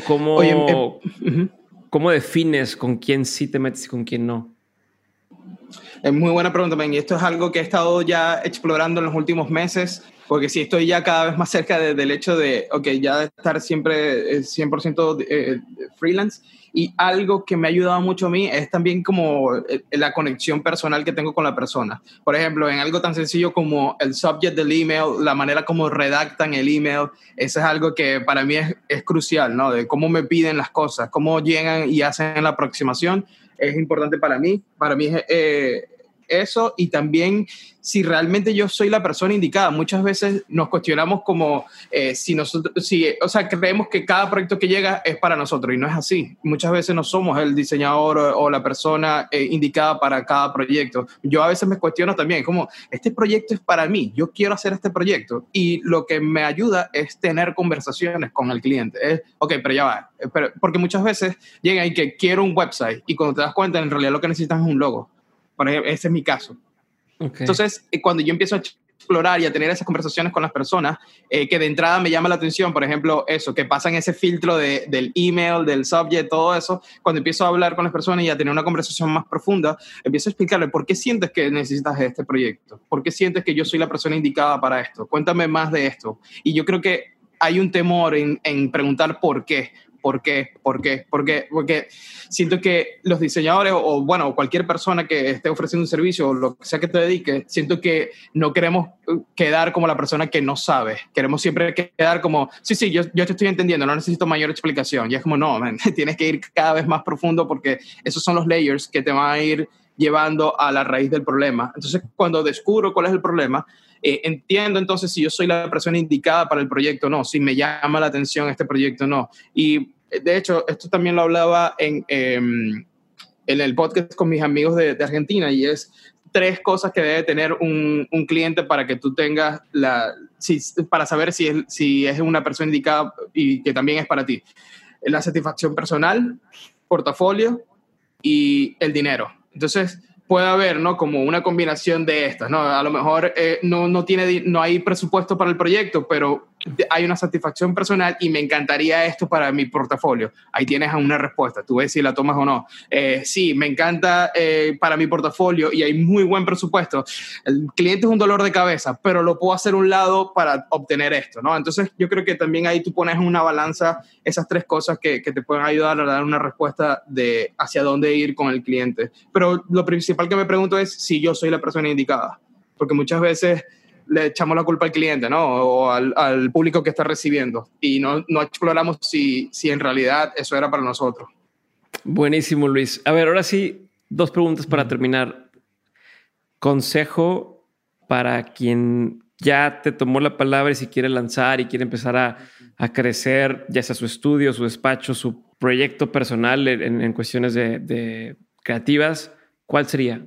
defines con quién sí te metes y con quién no? Es muy buena pregunta, Ben. Y esto es algo que he estado ya explorando en los últimos meses, porque sí estoy ya cada vez más cerca del hecho de, ya de estar siempre 100% freelance. Y algo que me ha ayudado mucho a mí es también como la conexión personal que tengo con la persona. Por ejemplo, en algo tan sencillo como el subject del email, la manera como redactan el email, eso es algo que para mí es crucial, ¿no? De cómo me piden las cosas, cómo llegan y hacen la aproximación, es importante para mí. Para mí es eso, y también si realmente yo soy la persona indicada. Muchas veces nos cuestionamos como creemos que cada proyecto que llega es para nosotros y no es así. Muchas veces no somos el diseñador o la persona indicada para cada proyecto. Yo a veces me cuestiono también como, este proyecto es para mí, yo quiero hacer este proyecto, y lo que me ayuda es tener conversaciones con el cliente. Pero ya va, porque muchas veces llegan y que quiero un website y cuando te das cuenta en realidad lo que necesitas es un logo. Por ejemplo, ese es mi caso. Okay. Entonces, cuando yo empiezo a explorar y a tener esas conversaciones con las personas, que de entrada me llama la atención, por ejemplo, eso, que pasan ese filtro del email, del subject, todo eso, cuando empiezo a hablar con las personas y a tener una conversación más profunda, empiezo a explicarle por qué sientes que necesitas este proyecto, por qué sientes que yo soy la persona indicada para esto, cuéntame más de esto. Y yo creo que hay un temor en preguntar por qué. ¿Por qué? Porque siento que los diseñadores o cualquier persona que esté ofreciendo un servicio o lo que sea que te dedique, siento que no queremos quedar como la persona que no sabe. Queremos siempre quedar como, sí, yo te estoy entendiendo, no necesito mayor explicación. Y es como, no, man, tienes que ir cada vez más profundo porque esos son los layers que te van a ir llevando a la raíz del problema. Entonces, cuando descubro cuál es el problema, entiendo entonces si yo soy la persona indicada para el proyecto o no, si me llama la atención este proyecto o no. Y de hecho, esto también lo hablaba en el podcast con mis amigos de Argentina, y es 3 cosas que debe tener un cliente para que tú tengas para saber si es una persona indicada y que también es para ti. La satisfacción personal, portafolio y el dinero. Entonces, puede haber, ¿no?, como una combinación de estas, ¿no? A lo mejor no hay presupuesto para el proyecto, pero hay una satisfacción personal y me encantaría esto para mi portafolio. Ahí tienes una respuesta. Tú ves si la tomas o no. Sí, me encanta para mi portafolio y hay muy buen presupuesto. El cliente es un dolor de cabeza, pero lo puedo hacer a un lado para obtener esto, ¿no? Entonces, yo creo que también ahí tú pones en una balanza esas 3 cosas que te pueden ayudar a dar una respuesta de hacia dónde ir con el cliente. Pero lo principal que me pregunto es si yo soy la persona indicada, porque muchas veces le echamos la culpa al cliente, ¿no? O al público que está recibiendo, y no exploramos si en realidad eso era para nosotros. Buenísimo, Luis. A ver, ahora sí, 2 preguntas para terminar. Consejo para quien ya te tomó la palabra y si quiere lanzar y quiere empezar a crecer, ya sea su estudio, su despacho, su proyecto personal en cuestiones de creativas, ¿cuál sería?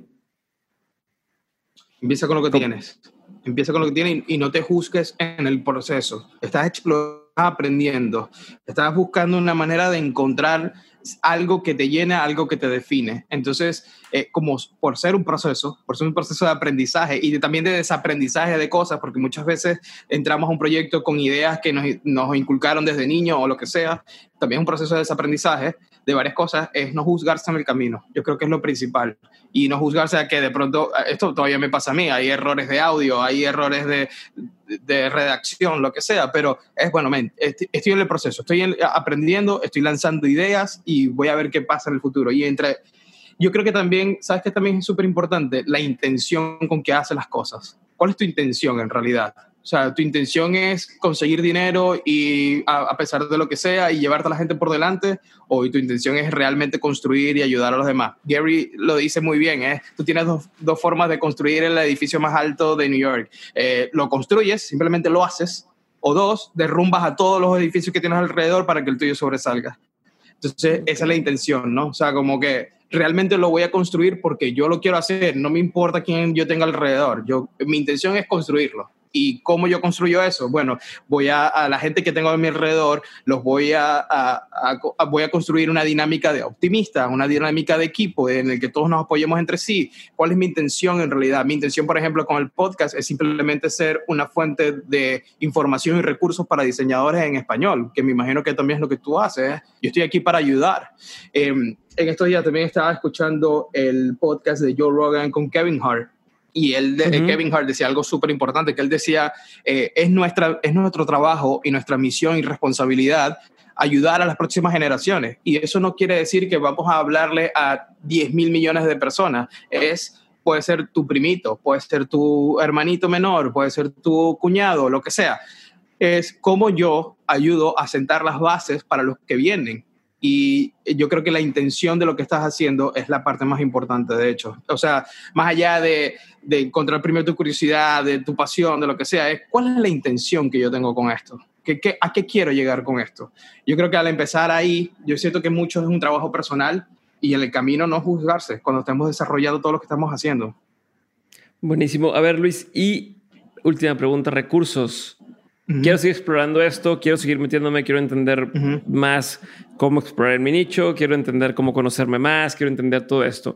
Empieza con lo que tienes. Empieza con lo que tienes y no te juzgues en el proceso. Estás explorando, aprendiendo. Estás buscando una manera de encontrar algo que te llena, algo que te define. Entonces, como por ser un proceso de aprendizaje y también de desaprendizaje de cosas, porque muchas veces entramos a un proyecto con ideas que nos inculcaron desde niño o lo que sea, también es un proceso de desaprendizaje de varias cosas, es no juzgarse en el camino. Yo creo que es lo principal. Y no juzgarse a que de pronto, esto todavía me pasa a mí, hay errores de audio, hay errores de redacción, lo que sea, pero es bueno, estoy en el proceso, estoy aprendiendo, estoy lanzando ideas y voy a ver qué pasa en el futuro. Yo creo que también, ¿sabes qué también es súper importante? La intención con que haces las cosas. ¿Cuál es tu intención en realidad? O sea, tu intención es conseguir dinero y a pesar de lo que sea y llevarte a la gente por delante, o tu intención es realmente construir y ayudar a los demás. Gary lo dice muy bien, tú tienes dos formas de construir el edificio más alto de New York. Lo construyes, simplemente lo haces, o dos, derrumbas a todos los edificios que tienes alrededor para que el tuyo sobresalga. Entonces, esa es la intención, ¿no? O sea, como que realmente lo voy a construir porque yo lo quiero hacer, no me importa quién yo tenga alrededor. Mi intención es construirlo. ¿Y cómo yo construyo eso? Bueno, voy a la gente que tengo a mi alrededor, voy a construir una dinámica de optimista, una dinámica de equipo en el que todos nos apoyemos entre sí. ¿Cuál es mi intención en realidad? Mi intención, por ejemplo, con el podcast es simplemente ser una fuente de información y recursos para diseñadores en español, que me imagino que también es lo que tú haces. Yo estoy aquí para ayudar. En estos días también estaba escuchando el podcast de Joe Rogan con Kevin Hart. Y Kevin Hart decía algo súper importante, que él decía, es nuestro trabajo y nuestra misión y responsabilidad ayudar a las próximas generaciones. Y eso no quiere decir que vamos a hablarle a 10,000 millones de personas. Puede ser tu primito, puede ser tu hermanito menor, puede ser tu cuñado, lo que sea. Es cómo yo ayudo a sentar las bases para los que vienen. Y yo creo que la intención de lo que estás haciendo es la parte más importante, de hecho. O sea, más allá de encontrar primero tu curiosidad, de tu pasión, de lo que sea, es cuál es la intención que yo tengo con esto. ¿A qué quiero llegar con esto? Yo creo que al empezar ahí, yo siento que mucho es un trabajo personal y en el camino no juzgarse cuando estemos desarrollando todo lo que estamos haciendo. Buenísimo. A ver, Luis, y última pregunta, recursos. Quiero seguir explorando esto, quiero seguir metiéndome, quiero entender más cómo explorar mi nicho, quiero entender cómo conocerme más, quiero entender todo esto.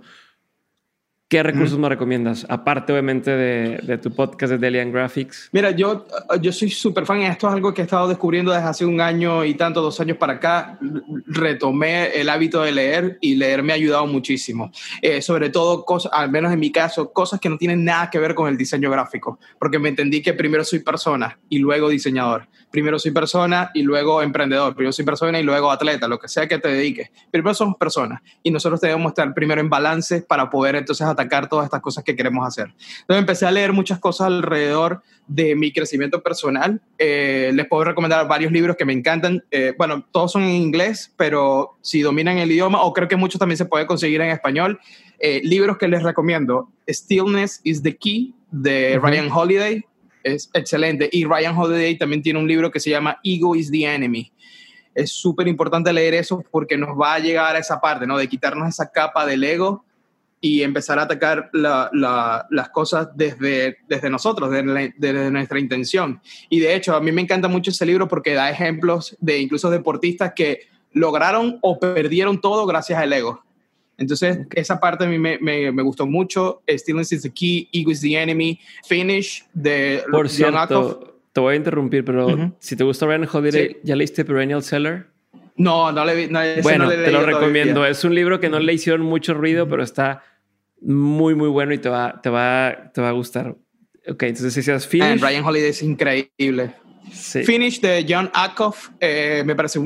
¿Qué recursos me recomiendas? Aparte, obviamente, de tu podcast de Delian Graphics. Mira, yo soy súper fan. Esto es algo que he estado descubriendo desde hace 1 año y tanto, 2 años para acá. Retomé el hábito de leer y leer me ha ayudado muchísimo. Sobre todo, al menos en mi caso, cosas que no tienen nada que ver con el diseño gráfico. Porque me entendí que primero soy persona y luego diseñador. Primero soy persona y luego emprendedor. Primero soy persona y luego atleta, lo que sea que te dediques. Primero somos personas y nosotros debemos estar primero en balance para poder entonces atacar todas estas cosas que queremos hacer. Entonces empecé a leer muchas cosas alrededor de mi crecimiento personal. Les puedo recomendar varios libros que me encantan. Bueno, todos son en inglés, pero si dominan el idioma, o creo que muchos también se puede conseguir en español. Libros que les recomiendo: Stillness is the Key, de Ryan Holiday. Es excelente. Y Ryan Holiday también tiene un libro que se llama Ego is the Enemy. Es súper importante leer eso porque nos va a llegar a esa parte, ¿no? De quitarnos esa capa del ego y empezar a atacar las cosas desde nosotros, desde nuestra intención. Y de hecho, a mí me encanta mucho ese libro porque da ejemplos de incluso deportistas que lograron o perdieron todo gracias al ego. Entonces, esa parte a mí me gustó mucho. Stillness is the Key, Ego is the Enemy, Finish, de Por John Acuff. Te voy a interrumpir, pero si te gusta Ryan Holiday, sí. ¿Ya leíste Perennial Seller? No le vi. Bueno, te lo recomiendo. Todavía. Es un libro que no le hicieron mucho ruido, pero está muy, muy bueno y te va a gustar. Ok, entonces decías Finish. Ryan Holiday es increíble. Sí. Finish de John Acuff me parece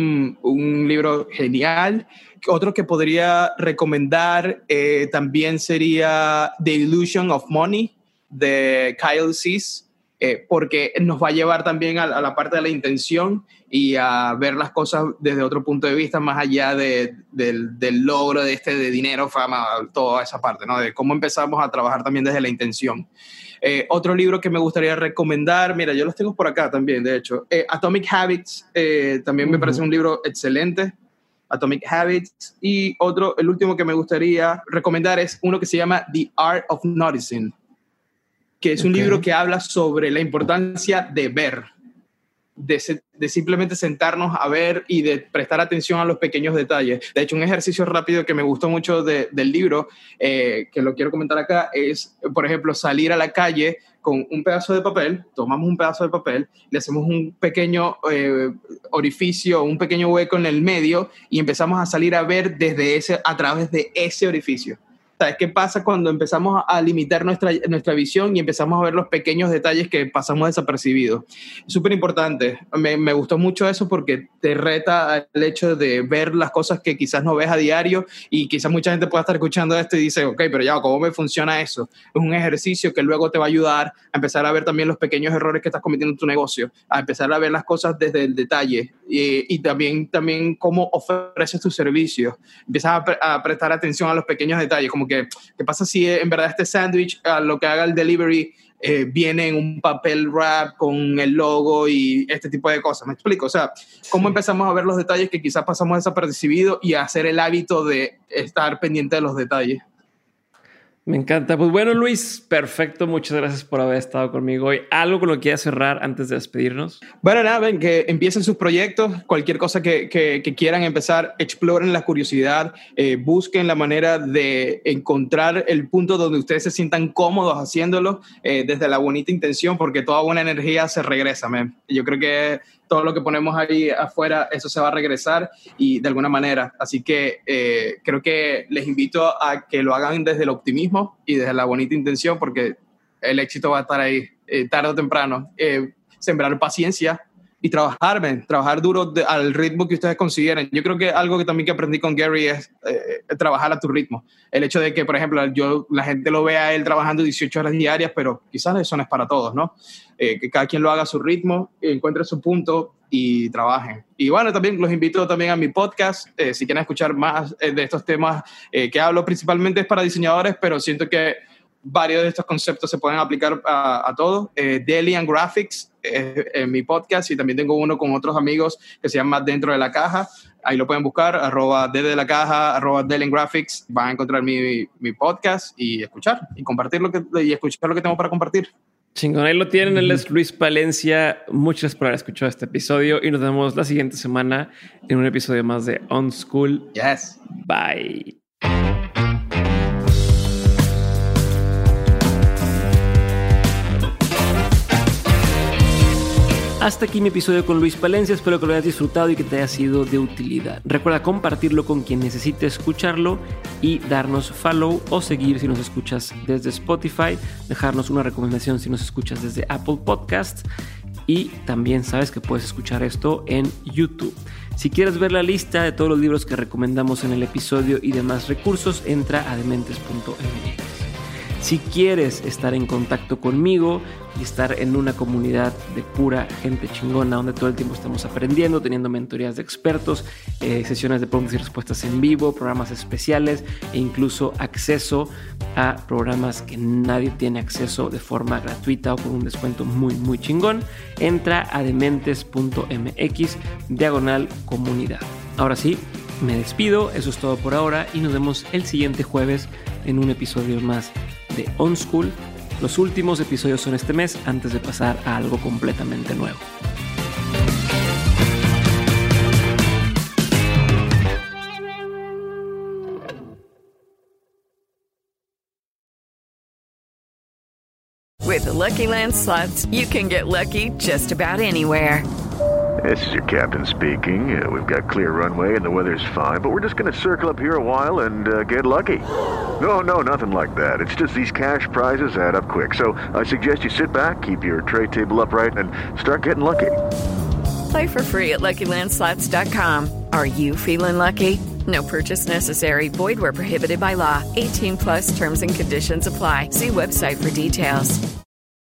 un libro genial. Otro que podría recomendar también sería The Illusion of Money de Kyle Cease, porque nos va a llevar también a la parte de la intención y a ver las cosas desde otro punto de vista, más allá del logro de dinero, fama, toda esa parte, ¿no? De cómo empezamos a trabajar también desde la intención. Otro libro que me gustaría recomendar, mira, yo los tengo por acá también, de hecho, Atomic Habits, también me parece un libro excelente. Atomic Habits. Y el último que me gustaría recomendar es uno que se llama The Art of Noticing, que es un libro que habla sobre la importancia de ver. de simplemente sentarnos a ver y de prestar atención a los pequeños detalles. De hecho, un ejercicio rápido que me gustó mucho del libro, que lo quiero comentar acá, es, por ejemplo, salir a la calle con un pedazo de papel, tomamos un pedazo de papel, le hacemos un pequeño orificio, un pequeño hueco en el medio y empezamos a salir a ver a través de ese orificio. ¿Sabes qué pasa cuando empezamos a limitar nuestra visión y empezamos a ver los pequeños detalles que pasamos desapercibidos? Es súper importante. Me gustó mucho eso porque te reta el hecho de ver las cosas que quizás no ves a diario y quizás mucha gente pueda estar escuchando esto y dice, ok, pero ya, ¿cómo me funciona eso? Es un ejercicio que luego te va a ayudar a empezar a ver también los pequeños errores que estás cometiendo en tu negocio, a empezar a ver las cosas desde el detalle y también cómo ofreces tus servicios. Empiezas a prestar atención a los pequeños detalles, como ¿qué pasa si en verdad este sándwich, lo que haga el delivery, viene en un papel wrap con el logo y este tipo de cosas? ¿Me explico? O sea, ¿cómo empezamos a ver los detalles que quizás pasamos desapercibidos y a hacer el hábito de estar pendiente de los detalles? Me encanta. Pues bueno, Luis, perfecto. Muchas gracias por haber estado conmigo hoy. ¿Algo con lo que quieras cerrar antes de despedirnos? Bueno, nada, ven, que empiecen sus proyectos. Cualquier cosa que quieran empezar, exploren la curiosidad, busquen la manera de encontrar el punto donde ustedes se sientan cómodos haciéndolo desde la bonita intención, porque toda buena energía se regresa, man. Yo creo que todo lo que ponemos ahí afuera, eso se va a regresar y de alguna manera. Así que creo que les invito a que lo hagan desde el optimismo y desde la bonita intención, porque el éxito va a estar ahí tarde o temprano. Sembrar paciencia y trabajar duro al ritmo que ustedes consideren. Yo creo que algo que también que aprendí con Gary es trabajar a tu ritmo. El hecho de que, por ejemplo, la gente lo vea a él trabajando 18 horas diarias, pero quizás eso no es para todos, ¿no? Que cada quien lo haga a su ritmo, encuentre su punto y trabajen. Y bueno, también los invito también a mi podcast. Si quieren escuchar más de estos temas que hablo, principalmente es para diseñadores, pero siento que varios de estos conceptos se pueden aplicar a todos. Daily and Graphics en mi podcast, y también tengo uno con otros amigos que se llama Dentro de la Caja. Ahí lo pueden buscar, @DDelaCaja, @Daily and Graphics. Van a encontrar mi podcast y escuchar y compartir escuchar lo que tengo para compartir. Chingón, ahí lo tienen. Él es Luis Palencia. Muchas gracias por haber escuchado este episodio y nos vemos la siguiente semana en un episodio más de On School. Yes. Bye. Hasta aquí mi episodio con Luis Palencia. Espero que lo hayas disfrutado y que te haya sido de utilidad. Recuerda compartirlo con quien necesite escucharlo y darnos follow o seguir si nos escuchas desde Spotify, dejarnos una recomendación si nos escuchas desde Apple Podcasts, y también sabes que puedes escuchar esto en YouTube. Si quieres ver la lista de todos los libros que recomendamos en el episodio y demás recursos, entra a dementes.mx. Si quieres estar en contacto conmigo y estar en una comunidad de pura gente chingona, donde todo el tiempo estamos aprendiendo, teniendo mentorías de expertos, sesiones de preguntas y respuestas en vivo, programas especiales e incluso acceso a programas que nadie tiene acceso de forma gratuita o con un descuento muy, muy chingón, entra a dementes.mx/comunidad. Ahora sí, me despido. Eso es todo por ahora y nos vemos el siguiente jueves en un episodio más de On School. Los últimos episodios son este mes antes de pasar a algo completamente nuevo. With the Lucky Land Slots, you can get lucky just about anywhere. This is your captain speaking. We've got clear runway and the weather's fine, but we're just going to circle up here a while and get lucky. No, nothing like that. It's just these cash prizes add up quick. So I suggest you sit back, keep your tray table upright, and start getting lucky. Play for free at LuckyLandSlots.com. Are you feeling lucky? No purchase necessary. Void where prohibited by law. 18+ terms and conditions apply. See website for details.